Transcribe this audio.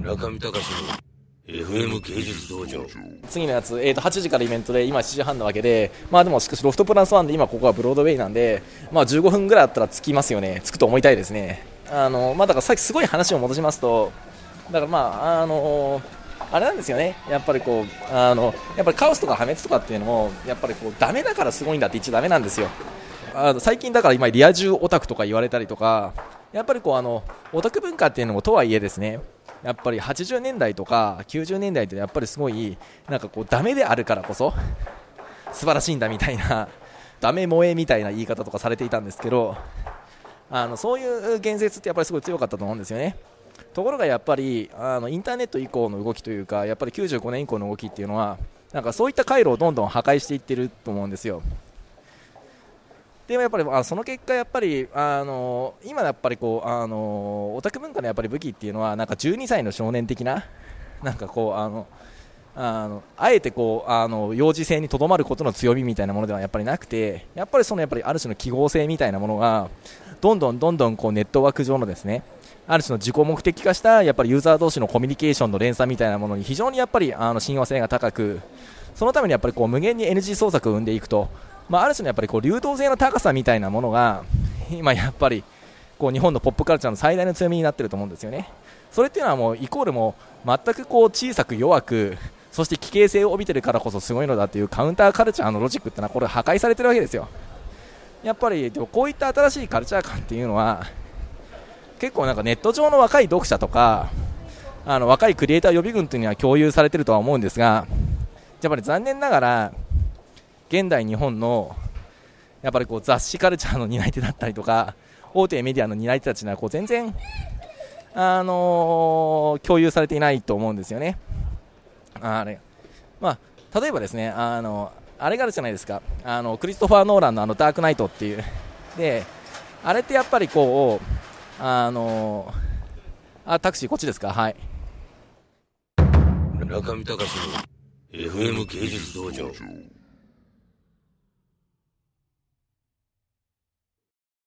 中見隆の FM 芸術道場。 次のやつ、8時からイベントで今7時半なわけで、でもしかしロフトプラスワンで今ここはブロードウェイなんで、15分ぐらいあったら着きますよね。着くと思いたいですね。だからさっきすごい話を戻しますと、だからあれなんですよね。やっぱりカオスとか破滅とかっていうのもやっぱりダメだからすごいんだって言っちゃダメなんですよ。最近だから今リア充オタクとか言われたりとか、やっぱりオタク文化っていうのもとはいえですね、やっぱり80年代とか90年代ってやっぱりすごいダメであるからこそ素晴らしいんだみたいなダメ萌えみたいな言い方とかされていたんですけど、そういう言説ってやっぱりすごい強かったと思うんですよね。ところがやっぱりインターネット以降の動きというか、やっぱり95年以降の動きっていうのはそういった回路をどんどん破壊していってると思うんですよ。でもやっぱりその結果やっぱり今やっぱりオタク文化のやっぱり武器っていうのは12歳の少年的なあえて幼児性にとどまることの強みみたいなものではやっぱりなくて、やっぱりある種の記号性みたいなものがどんどんネットワーク上のですね、ある種の自己目的化したやっぱりユーザー同士のコミュニケーションの連鎖みたいなものに非常にやっぱり親和性が高く、そのためにやっぱり無限に NG 創作を生んでいくと、ある種のやっぱり流動性の高さみたいなものが今やっぱり日本のポップカルチャーの最大の強みになっていると思うんですよね。それっていうのはもうイコールも全く小さく弱く、そして奇形性を帯びているからこそすごいのだというカウンターカルチャーのロジックってのはこれ破壊されているわけですよ。やっぱりでもこういった新しいカルチャー感っていうのは結構ネット上の若い読者とか若いクリエイター予備軍というのは共有されているとは思うんですが、やっぱり残念ながら現代日本のやっぱり雑誌カルチャーの担い手だったりとか大手メディアの担い手たちは全然共有されていないと思うんですよね。例えばですね、あれがあるじゃないですか、クリストファー・ノーランのダークナイトっていうで、あれってやっぱりタクシーこっちですか。はい、 中見隆の FM 芸術道場。